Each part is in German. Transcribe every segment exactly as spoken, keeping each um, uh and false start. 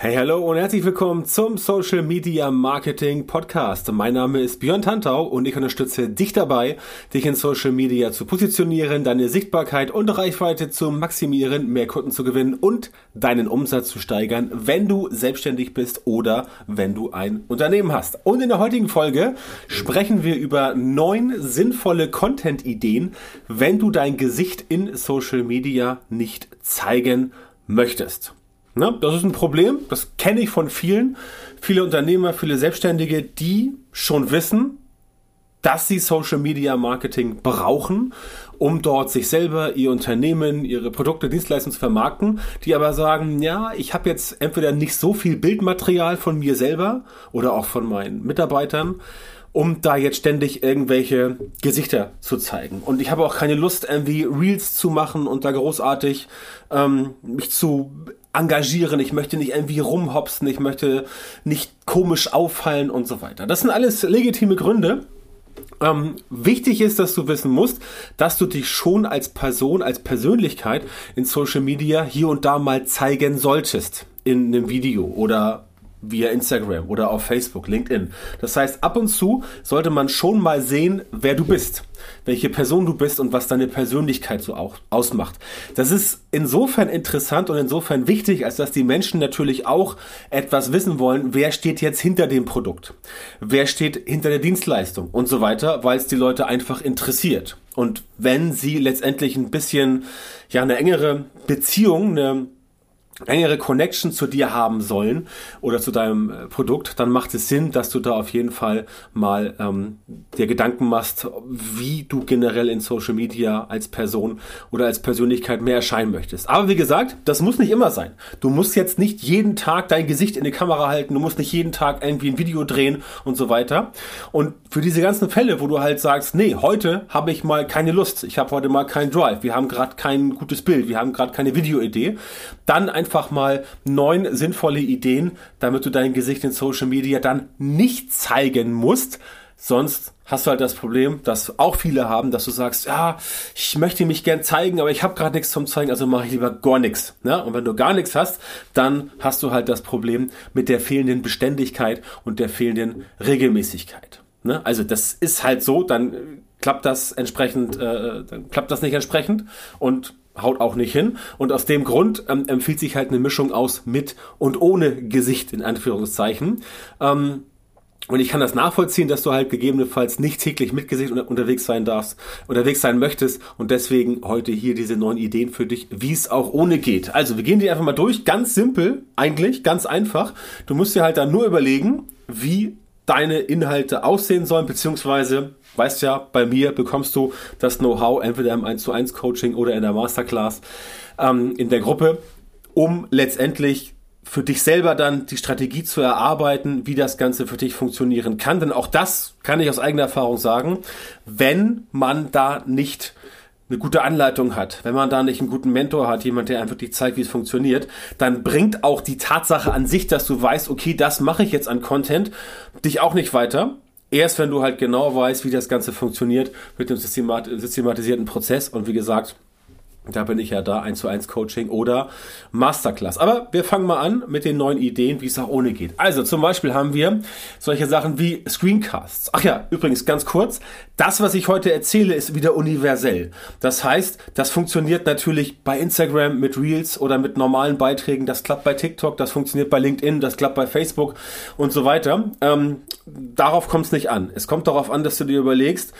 Hey, hallo und herzlich willkommen zum Social Media Marketing Podcast. Mein Name ist Björn Tantau und ich unterstütze dich dabei, dich in Social Media zu positionieren, deine Sichtbarkeit und Reichweite zu maximieren, mehr Kunden zu gewinnen und deinen Umsatz zu steigern, wenn du selbstständig bist oder wenn du ein Unternehmen hast. Und in der heutigen Folge sprechen wir über neun sinnvolle Content-Ideen, wenn du dein Gesicht in Social Media nicht zeigen möchtest. Na, das ist ein Problem, das kenne ich von vielen, viele Unternehmer, viele Selbstständige, die schon wissen, dass sie Social Media Marketing brauchen, um dort sich selber, ihr Unternehmen, ihre Produkte, Dienstleistungen zu vermarkten, die aber sagen, ja, ich habe jetzt entweder nicht so viel Bildmaterial von mir selber oder auch von meinen Mitarbeitern, um da jetzt ständig irgendwelche Gesichter zu zeigen. Und ich habe auch keine Lust, irgendwie Reels zu machen und da großartig ähm, mich zu engagieren. Ich möchte nicht irgendwie rumhopsen, ich möchte nicht komisch auffallen und so weiter. Das sind alles legitime Gründe. Ähm, wichtig ist, dass du wissen musst, dass du dich schon als Person, als Persönlichkeit in Social Media hier und da mal zeigen solltest. In einem Video oder via Instagram oder auf Facebook, LinkedIn. Das heißt, ab und zu sollte man schon mal sehen, wer du bist, welche Person du bist und was deine Persönlichkeit so auch ausmacht. Das ist insofern interessant und insofern wichtig, als dass die Menschen natürlich auch etwas wissen wollen, wer steht jetzt hinter dem Produkt, wer steht hinter der Dienstleistung und so weiter, weil es die Leute einfach interessiert. Und wenn sie letztendlich ein bisschen, ja, eine engere Beziehung, eine engere Connection zu dir haben sollen oder zu deinem äh, Produkt, dann macht es Sinn, dass du da auf jeden Fall mal ähm, dir Gedanken machst, wie du generell in Social Media als Person oder als Persönlichkeit mehr erscheinen möchtest. Aber wie gesagt, das muss nicht immer sein. Du musst jetzt nicht jeden Tag dein Gesicht in die Kamera halten, du musst nicht jeden Tag irgendwie ein Video drehen und so weiter. Und für diese ganzen Fälle, wo du halt sagst, nee, heute habe ich mal keine Lust, ich habe heute mal keinen Drive, wir haben gerade kein gutes Bild, wir haben gerade keine Videoidee, dann ein einfach mal neun sinnvolle Ideen, damit du dein Gesicht in Social Media dann nicht zeigen musst. Sonst hast du halt das Problem, dass auch viele haben, dass du sagst, ja, ich möchte mich gern zeigen, aber ich habe gerade nichts zum Zeigen, also mache ich lieber gar nichts. Ne? Und wenn du gar nichts hast, dann hast du halt das Problem mit der fehlenden Beständigkeit und der fehlenden Regelmäßigkeit. Ne? Also das ist halt so, dann klappt das entsprechend, äh, dann klappt das nicht entsprechend und haut auch nicht hin. Und aus dem Grund ähm, empfiehlt sich halt eine Mischung aus mit und ohne Gesicht, in Anführungszeichen. Ähm, und ich kann das nachvollziehen, dass du halt gegebenenfalls nicht täglich mit Gesicht unter- unterwegs sein darfst, unterwegs sein möchtest. Und deswegen heute hier diese neuen Ideen für dich, wie es auch ohne geht. Also wir gehen die einfach mal durch. Ganz simpel, eigentlich, ganz einfach. Du musst dir halt dann nur überlegen, wie deine Inhalte aussehen sollen, beziehungsweise, weißt ja, bei mir bekommst du das Know-how entweder im eins zu eins Coaching oder in der Masterclass ähm, in der Gruppe, um letztendlich für dich selber dann die Strategie zu erarbeiten, wie das Ganze für dich funktionieren kann. Denn auch das kann ich aus eigener Erfahrung sagen, wenn man da nicht eine gute Anleitung hat, wenn man da nicht einen guten Mentor hat, jemand, der einem wirklich zeigt, wie es funktioniert, dann bringt auch die Tatsache an sich, dass du weißt, okay, das mache ich jetzt an Content, dich auch nicht weiter. Erst wenn du halt genau weißt, wie das Ganze funktioniert mit dem systemat- systematisierten Prozess und wie gesagt, da bin ich ja da, eins zu eins Coaching oder Masterclass. Aber wir fangen mal an mit den neuen Ideen, wie es auch ohne geht. Also zum Beispiel haben wir solche Sachen wie Screencasts. Ach ja, übrigens ganz kurz, das, was ich heute erzähle, ist wieder universell. Das heißt, das funktioniert natürlich bei Instagram mit Reels oder mit normalen Beiträgen, das klappt bei TikTok, das funktioniert bei LinkedIn, das klappt bei Facebook und so weiter. Ähm, darauf kommt es nicht an. Es kommt darauf an, dass du dir überlegst,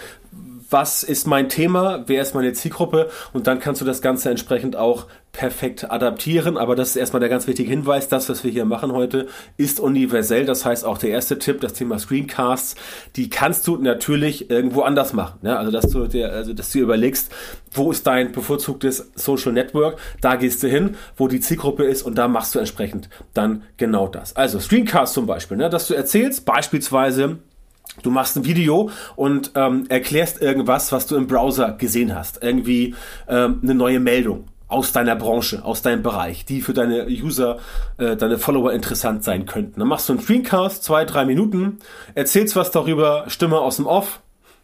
was ist mein Thema, wer ist meine Zielgruppe und dann kannst du das Ganze entsprechend auch perfekt adaptieren, aber das ist erstmal der ganz wichtige Hinweis, das, was wir hier machen heute, ist universell, das heißt auch der erste Tipp, das Thema Screencasts, die kannst du natürlich irgendwo anders machen, ne? Also dass du dir, also dass du dir überlegst, wo ist dein bevorzugtes Social Network, da gehst du hin, wo die Zielgruppe ist und da machst du entsprechend dann genau das. Also Screencasts zum Beispiel, ne? Dass du erzählst, beispielsweise, du machst ein Video und ähm, erklärst irgendwas, was du im Browser gesehen hast. Irgendwie ähm, eine neue Meldung aus deiner Branche, aus deinem Bereich, die für deine User, äh, deine Follower interessant sein könnten. Dann machst du einen Screencast, zwei, drei Minuten, erzählst was darüber, Stimme aus dem Off,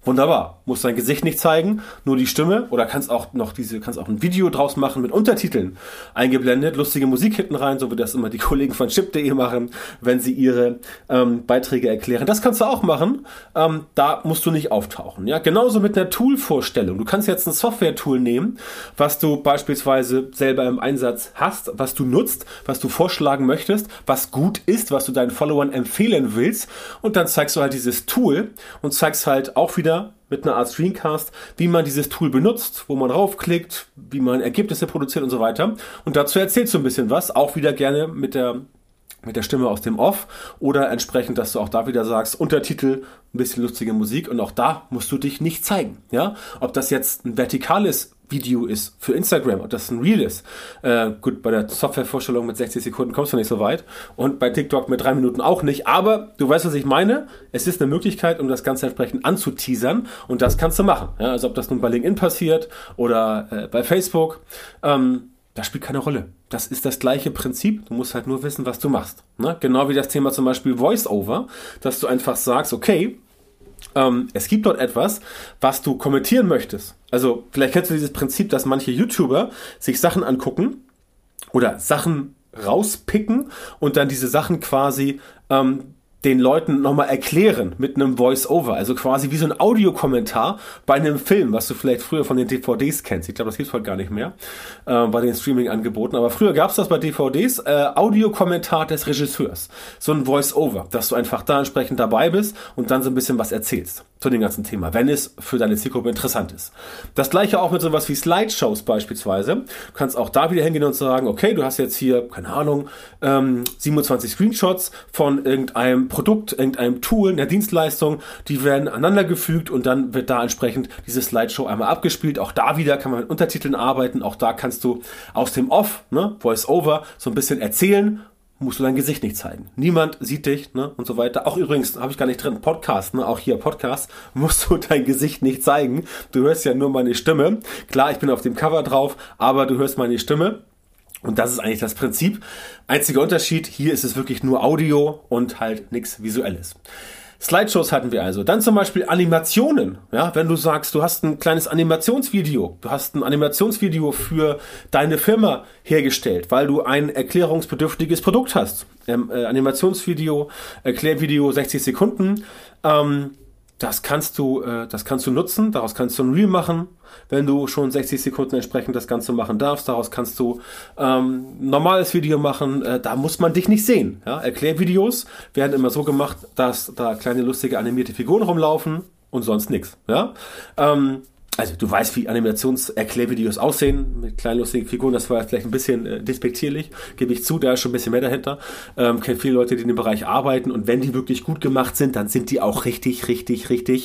Wunderbar. Musst dein Gesicht nicht zeigen, nur die Stimme, oder kannst auch noch diese, kannst auch ein Video draus machen mit Untertiteln eingeblendet, lustige Musik hinten rein, so wie das immer die Kollegen von chip punkt de machen, wenn sie ihre ähm, Beiträge erklären. Das kannst du auch machen. Ähm, da musst du nicht auftauchen. Ja, genauso mit einer Tool-Vorstellung. Du kannst jetzt ein Software-Tool nehmen, was du beispielsweise selber im Einsatz hast, was du nutzt, was du vorschlagen möchtest, was gut ist, was du deinen Followern empfehlen willst, und dann zeigst du halt dieses Tool und zeigst halt auch wieder mit einer Art Screencast, wie man dieses Tool benutzt, wo man raufklickt, wie man Ergebnisse produziert und so weiter. Und dazu erzählst du ein bisschen was, auch wieder gerne mit der mit der Stimme aus dem Off oder entsprechend, dass du auch da wieder sagst, Untertitel, ein bisschen lustige Musik, und auch da musst du dich nicht zeigen. Ja, ob das jetzt ein vertikales Video ist für Instagram, ob das ein Reel ist. Äh, gut, bei der Softwarevorstellung mit sechzig Sekunden kommst du nicht so weit und bei TikTok mit drei Minuten auch nicht, aber du weißt, was ich meine. Es ist eine Möglichkeit, um das Ganze entsprechend anzuteasern, und das kannst du machen. Ja, also ob das nun bei LinkedIn passiert oder äh, bei Facebook, ähm, das spielt keine Rolle. Das ist das gleiche Prinzip. Du musst halt nur wissen, was du machst. Ne? Genau wie das Thema zum Beispiel Voice-Over, dass du einfach sagst, okay, ähm, es gibt dort etwas, was du kommentieren möchtest. Also vielleicht kennst du dieses Prinzip, dass manche YouTuber sich Sachen angucken oder Sachen rauspicken und dann diese Sachen quasi ähm, den Leuten nochmal erklären mit einem Voice-Over, also quasi wie so ein Audiokommentar bei einem Film, was du vielleicht früher von den D V Ds kennst. Ich glaube, das gibt's heute gar nicht mehr äh, bei den Streaming-Angeboten, aber früher gab's das bei D V Ds, äh, Audiokommentar des Regisseurs, so ein Voice-Over, dass du einfach da entsprechend dabei bist und dann so ein bisschen was erzählst zu dem ganzen Thema, wenn es für deine Zielgruppe interessant ist. Das gleiche auch mit sowas wie Slideshows beispielsweise. Du kannst auch da wieder hingehen und sagen, okay, du hast jetzt hier, keine Ahnung, ähm, siebenundzwanzig Screenshots von irgendeinem Produkt, irgendeinem Tool, einer Dienstleistung, die werden aneinandergefügt und dann wird da entsprechend diese Slideshow einmal abgespielt. Auch da wieder kann man mit Untertiteln arbeiten, auch da kannst du aus dem Off, ne, Voice-Over, so ein bisschen erzählen, musst du dein Gesicht nicht zeigen. Niemand sieht dich, ne, und so weiter. Auch übrigens, habe ich gar nicht drin, Podcast, ne, auch hier Podcast, musst du dein Gesicht nicht zeigen. Du hörst ja nur meine Stimme. Klar, ich bin auf dem Cover drauf, aber du hörst meine Stimme. Und das ist eigentlich das Prinzip. Einziger Unterschied, hier ist es wirklich nur Audio und halt nichts Visuelles. Slideshows hatten wir also. Dann zum Beispiel Animationen. Ja, wenn du sagst, du hast ein kleines Animationsvideo, du hast ein Animationsvideo für deine Firma hergestellt, weil du ein erklärungsbedürftiges Produkt hast. Ähm, äh, Animationsvideo, Erklärvideo, sechzig Sekunden. Ähm, Das kannst du, äh, das kannst du nutzen, daraus kannst du ein Reel machen, wenn du schon sechzig Sekunden entsprechend das Ganze machen darfst. Daraus kannst du ähm, ein normales Video machen, äh, da muss man dich nicht sehen. Ja? Erklärvideos werden immer so gemacht, dass da kleine lustige animierte Figuren rumlaufen und sonst nichts. Ja? Ähm, Also du weißt, wie Animations-Erklärvideos aussehen mit kleinen lustigen Figuren. Das war vielleicht ein bisschen äh, despektierlich, gebe ich zu, da ist schon ein bisschen mehr dahinter. Ähm, kenne viele Leute, die in dem Bereich arbeiten, und wenn die wirklich gut gemacht sind, dann sind die auch richtig, richtig, richtig,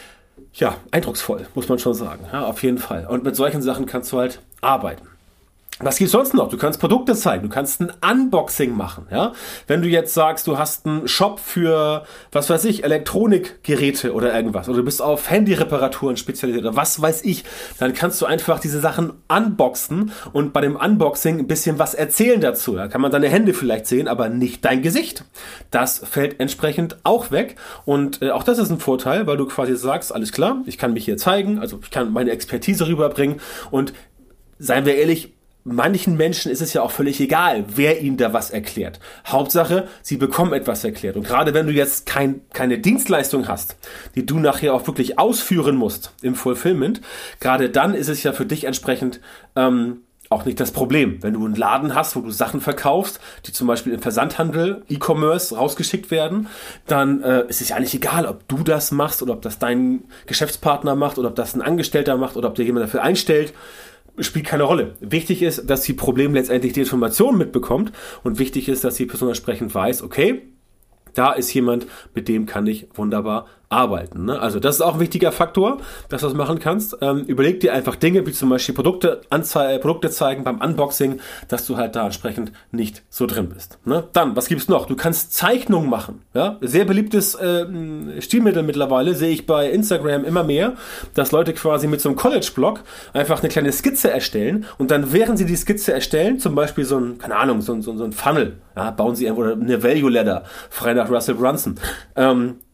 ja, eindrucksvoll, muss man schon sagen. Ja, auf jeden Fall. Und mit solchen Sachen kannst du halt arbeiten. Was gibt's sonst noch? Du kannst Produkte zeigen, du kannst ein Unboxing machen, ja? Wenn du jetzt sagst, du hast einen Shop für, was weiß ich, Elektronikgeräte oder irgendwas, oder du bist auf Handyreparaturen spezialisiert oder was weiß ich, dann kannst du einfach diese Sachen unboxen und bei dem Unboxing ein bisschen was erzählen dazu. Da kann man deine Hände vielleicht sehen, aber nicht dein Gesicht. Das fällt entsprechend auch weg, und äh, auch das ist ein Vorteil, weil du quasi sagst, alles klar, ich kann mich hier zeigen, also ich kann meine Expertise rüberbringen, und seien wir ehrlich, manchen Menschen ist es ja auch völlig egal, wer ihnen da was erklärt. Hauptsache, sie bekommen etwas erklärt. Und gerade wenn du jetzt kein, keine Dienstleistung hast, die du nachher auch wirklich ausführen musst im Fulfillment, gerade dann ist es ja für dich entsprechend ähm, auch nicht das Problem. Wenn du einen Laden hast, wo du Sachen verkaufst, die zum Beispiel im Versandhandel, E-Commerce rausgeschickt werden, dann äh, ist es ja eigentlich egal, ob du das machst oder ob das dein Geschäftspartner macht oder ob das ein Angestellter macht oder ob dir jemand dafür einstellt. Spielt keine Rolle. Wichtig ist, dass die Problem letztendlich die Information mitbekommt, und wichtig ist, dass die Person entsprechend weiß, okay, da ist jemand, mit dem kann ich wunderbar arbeiten. Ne? Also das ist auch ein wichtiger Faktor, dass du das machen kannst. Ähm, überleg dir einfach Dinge, wie zum Beispiel Produkte, Anzei- Produkte zeigen beim Unboxing, dass du halt da entsprechend nicht so drin bist. Ne? Dann, was gibt's noch? Du kannst Zeichnungen machen. Ja? Sehr beliebtes äh, Stilmittel mittlerweile, sehe ich bei Instagram immer mehr, dass Leute quasi mit so einem College-Blog einfach eine kleine Skizze erstellen, und dann, während sie die Skizze erstellen, zum Beispiel so ein, keine Ahnung, so ein, so ein, so ein Funnel, ja, bauen sie irgendwo eine Value Ladder, frei nach Russell Brunson, ähm,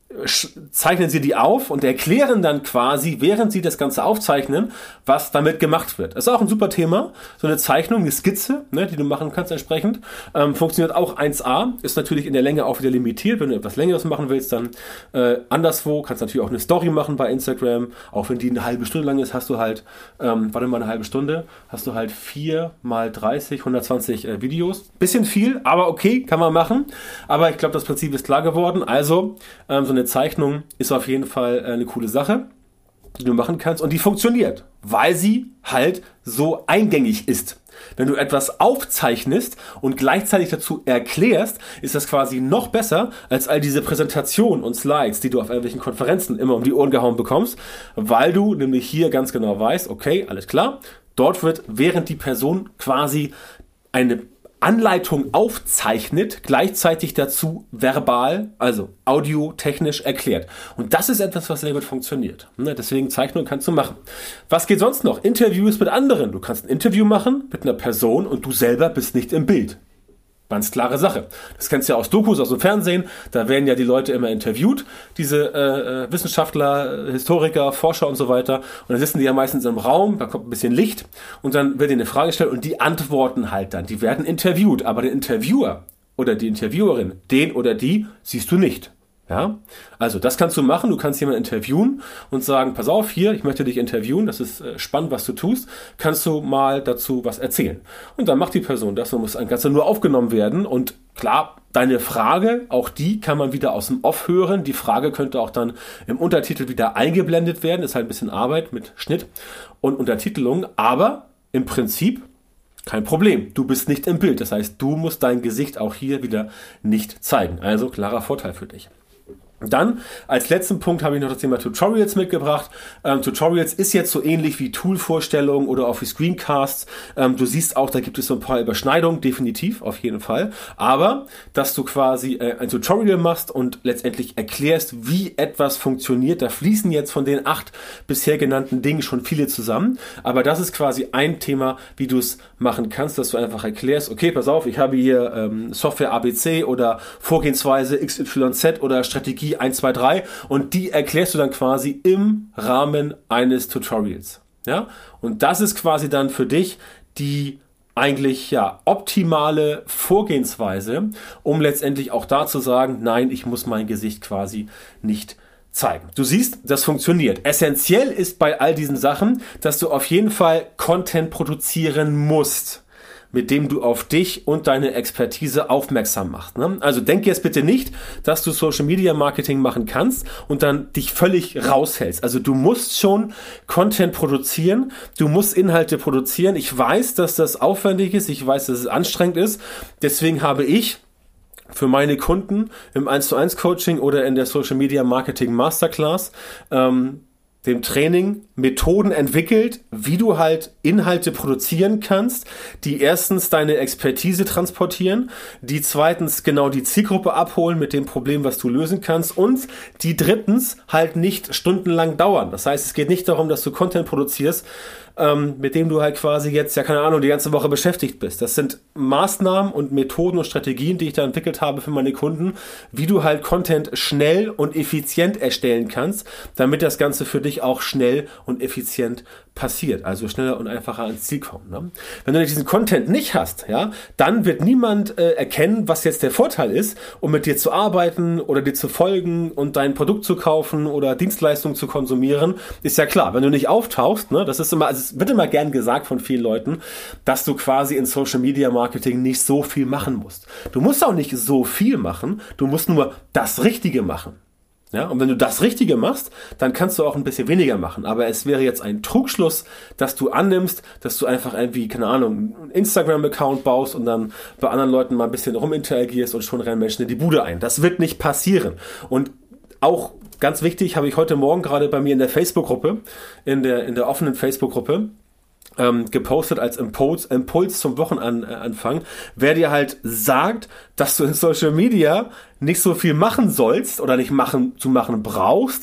zeichnen sie die auf und erklären dann quasi, während sie das Ganze aufzeichnen, was damit gemacht wird. Das ist auch ein super Thema. So eine Zeichnung, eine Skizze, ne, die du machen kannst entsprechend. Ähm, funktioniert auch eins a, ist natürlich in der Länge auch wieder limitiert. Wenn du etwas Längeres machen willst, dann äh, anderswo. Kannst natürlich auch eine Story machen bei Instagram. Auch wenn die eine halbe Stunde lang ist, hast du halt, ähm, warte mal, eine halbe Stunde, hast du halt vier mal dreißig, hundertzwanzig äh, Videos. Bisschen viel, aber okay, kann man machen. Aber ich glaube, das Prinzip ist klar geworden. Also, ähm, so eine Zeichnung ist auf jeden Fall eine coole Sache, die du machen kannst und die funktioniert, weil sie halt so eingängig ist. Wenn du etwas aufzeichnest und gleichzeitig dazu erklärst, ist das quasi noch besser als all diese Präsentationen und Slides, die du auf irgendwelchen Konferenzen immer um die Ohren gehauen bekommst, weil du nämlich hier ganz genau weißt, okay, alles klar, dort wird, während die Person quasi eine Anleitung aufzeichnet, gleichzeitig dazu verbal, also audiotechnisch erklärt. Und das ist etwas, was sehr gut funktioniert. Deswegen Zeichnung kannst du machen. Was geht sonst noch? Interviews mit anderen. Du kannst ein Interview machen mit einer Person und du selber bist nicht im Bild. Ganz klare Sache. Das kennst du ja aus Dokus, aus dem Fernsehen. Da werden ja die Leute immer interviewt, diese äh, Wissenschaftler, Historiker, Forscher und so weiter. Und dann sitzen die ja meistens im Raum, da kommt ein bisschen Licht und dann wird ihnen eine Frage gestellt und die antworten halt dann. Die werden interviewt, aber den Interviewer oder die Interviewerin, den oder die, siehst du nicht. Ja, also das kannst du machen, du kannst jemanden interviewen und sagen, pass auf, hier, ich möchte dich interviewen, das ist äh, spannend, was du tust, kannst du mal dazu was erzählen. Und dann macht die Person das und muss ein Ganze nur aufgenommen werden und klar, deine Frage, auch die kann man wieder aus dem Off hören, die Frage könnte auch dann im Untertitel wieder eingeblendet werden, ist halt ein bisschen Arbeit mit Schnitt und Untertitelung, aber im Prinzip kein Problem, du bist nicht im Bild, das heißt, du musst dein Gesicht auch hier wieder nicht zeigen, also klarer Vorteil für dich. Dann, als letzten Punkt habe ich noch das Thema Tutorials mitgebracht. Ähm, Tutorials ist jetzt so ähnlich wie Tool-Vorstellungen oder auch wie Screencasts. Ähm, du siehst auch, da gibt es so ein paar Überschneidungen, definitiv, auf jeden Fall. Aber, dass du quasi äh, ein Tutorial machst und letztendlich erklärst, wie etwas funktioniert, da fließen jetzt von den acht bisher genannten Dingen schon viele zusammen. Aber das ist quasi ein Thema, wie du es machen kannst, dass du einfach erklärst, okay, pass auf, ich habe hier ähm, Software A B C oder Vorgehensweise X Y Z oder Strategie eins, zwei, drei und die erklärst du dann quasi im Rahmen eines Tutorials. Ja? Und das ist quasi dann für dich die eigentlich ja optimale Vorgehensweise, um letztendlich auch da zu sagen, nein, ich muss mein Gesicht quasi nicht zeigen. Du siehst, das funktioniert. Essentiell ist bei all diesen Sachen, dass du auf jeden Fall Content produzieren musst, mit dem du auf dich und deine Expertise aufmerksam machst. Ne? Also denk jetzt bitte nicht, dass du Social Media Marketing machen kannst und dann dich völlig raushältst. Also du musst schon Content produzieren, du musst Inhalte produzieren. Ich weiß, dass das aufwendig ist, ich weiß, dass es anstrengend ist. Deswegen habe ich für meine Kunden im eins zu eins Coaching oder in der Social Media Marketing Masterclass ähm, dem Training Methoden entwickelt, wie du halt Inhalte produzieren kannst, die erstens deine Expertise transportieren, die zweitens genau die Zielgruppe abholen mit dem Problem, was du lösen kannst und die drittens halt nicht stundenlang dauern. Das heißt, es geht nicht darum, dass du Content produzierst, ähm, mit dem du halt quasi jetzt, ja keine Ahnung, die ganze Woche beschäftigt bist. Das sind Maßnahmen und Methoden und Strategien, die ich da entwickelt habe für meine Kunden, wie du halt Content schnell und effizient erstellen kannst, damit das Ganze für dich auch schnell und effizient passiert, also schneller und einfacher ans Ziel kommen. Ne? Wenn du diesen Content nicht hast, ja, dann wird niemand äh, erkennen, was jetzt der Vorteil ist, um mit dir zu arbeiten oder dir zu folgen und dein Produkt zu kaufen oder Dienstleistungen zu konsumieren. Ist ja klar, wenn du nicht auftauchst, ne, das ist immer, also es wird immer gern gesagt von vielen Leuten, dass du quasi in Social Media Marketing nicht so viel machen musst. Du musst auch nicht so viel machen, du musst nur das Richtige machen. Ja, und wenn du das Richtige machst, dann kannst du auch ein bisschen weniger machen. Aber es wäre jetzt ein Trugschluss, dass du annimmst, dass du einfach irgendwie, keine Ahnung, einen Instagram-Account baust und dann bei anderen Leuten mal ein bisschen ruminteragierst und schon rennen Menschen in die Bude ein. Das wird nicht passieren. Und auch ganz wichtig, habe ich heute Morgen gerade bei mir in der Facebook-Gruppe, in der, in der offenen Facebook-Gruppe, Ähm, gepostet als Impuls, Impuls zum Wochenanfang, wer dir halt sagt, dass du in Social Media nicht so viel machen sollst oder nicht machen zu machen brauchst,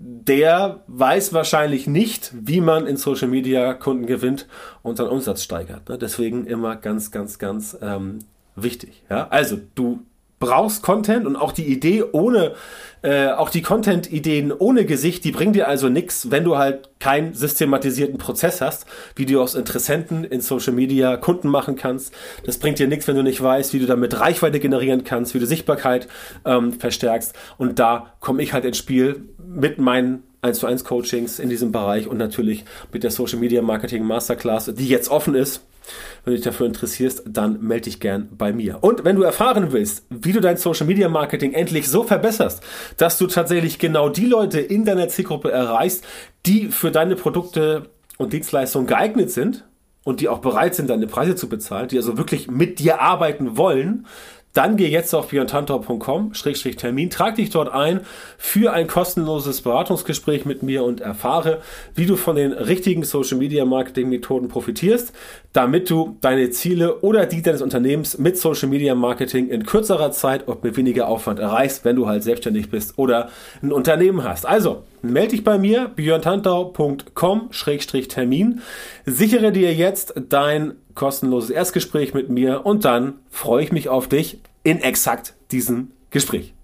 der weiß wahrscheinlich nicht, wie man in Social Media Kunden gewinnt und seinen Umsatz steigert. Ne? Deswegen immer ganz, ganz, ganz ähm, wichtig. Ja? Also du brauchst Content und auch die Idee ohne, äh, auch die Content-Ideen ohne Gesicht, die bringen dir also nichts, wenn du halt keinen systematisierten Prozess hast, wie du aus Interessenten in Social Media Kunden machen kannst. Das bringt dir nichts, wenn du nicht weißt, wie du damit Reichweite generieren kannst, wie du Sichtbarkeit ähm, verstärkst. Und da komme ich halt ins Spiel mit meinen eins zu eins Coachings in diesem Bereich und natürlich mit der Social Media Marketing Masterclass, die jetzt offen ist. Wenn du dich dafür interessierst, dann melde dich gern bei mir. Und wenn du erfahren willst, wie du dein Social Media Marketing endlich so verbesserst, dass du tatsächlich genau die Leute in deiner Zielgruppe erreichst, die für deine Produkte und Dienstleistungen geeignet sind und die auch bereit sind, deine Preise zu bezahlen, die also wirklich mit dir arbeiten wollen, dann geh jetzt auf björn tantau punkt com Schrägstrich Termin, trag dich dort ein für ein kostenloses Beratungsgespräch mit mir und erfahre, wie du von den richtigen Social Media Marketing Methoden profitierst, damit du deine Ziele oder die deines Unternehmens mit Social Media Marketing in kürzerer Zeit und mit weniger Aufwand erreichst, wenn du halt selbstständig bist oder ein Unternehmen hast. Also, melde dich bei mir, björn tantau punkt com Schrägstrich Termin, sichere dir jetzt dein kostenloses Erstgespräch mit mir und dann freue ich mich auf dich in exakt diesem Gespräch.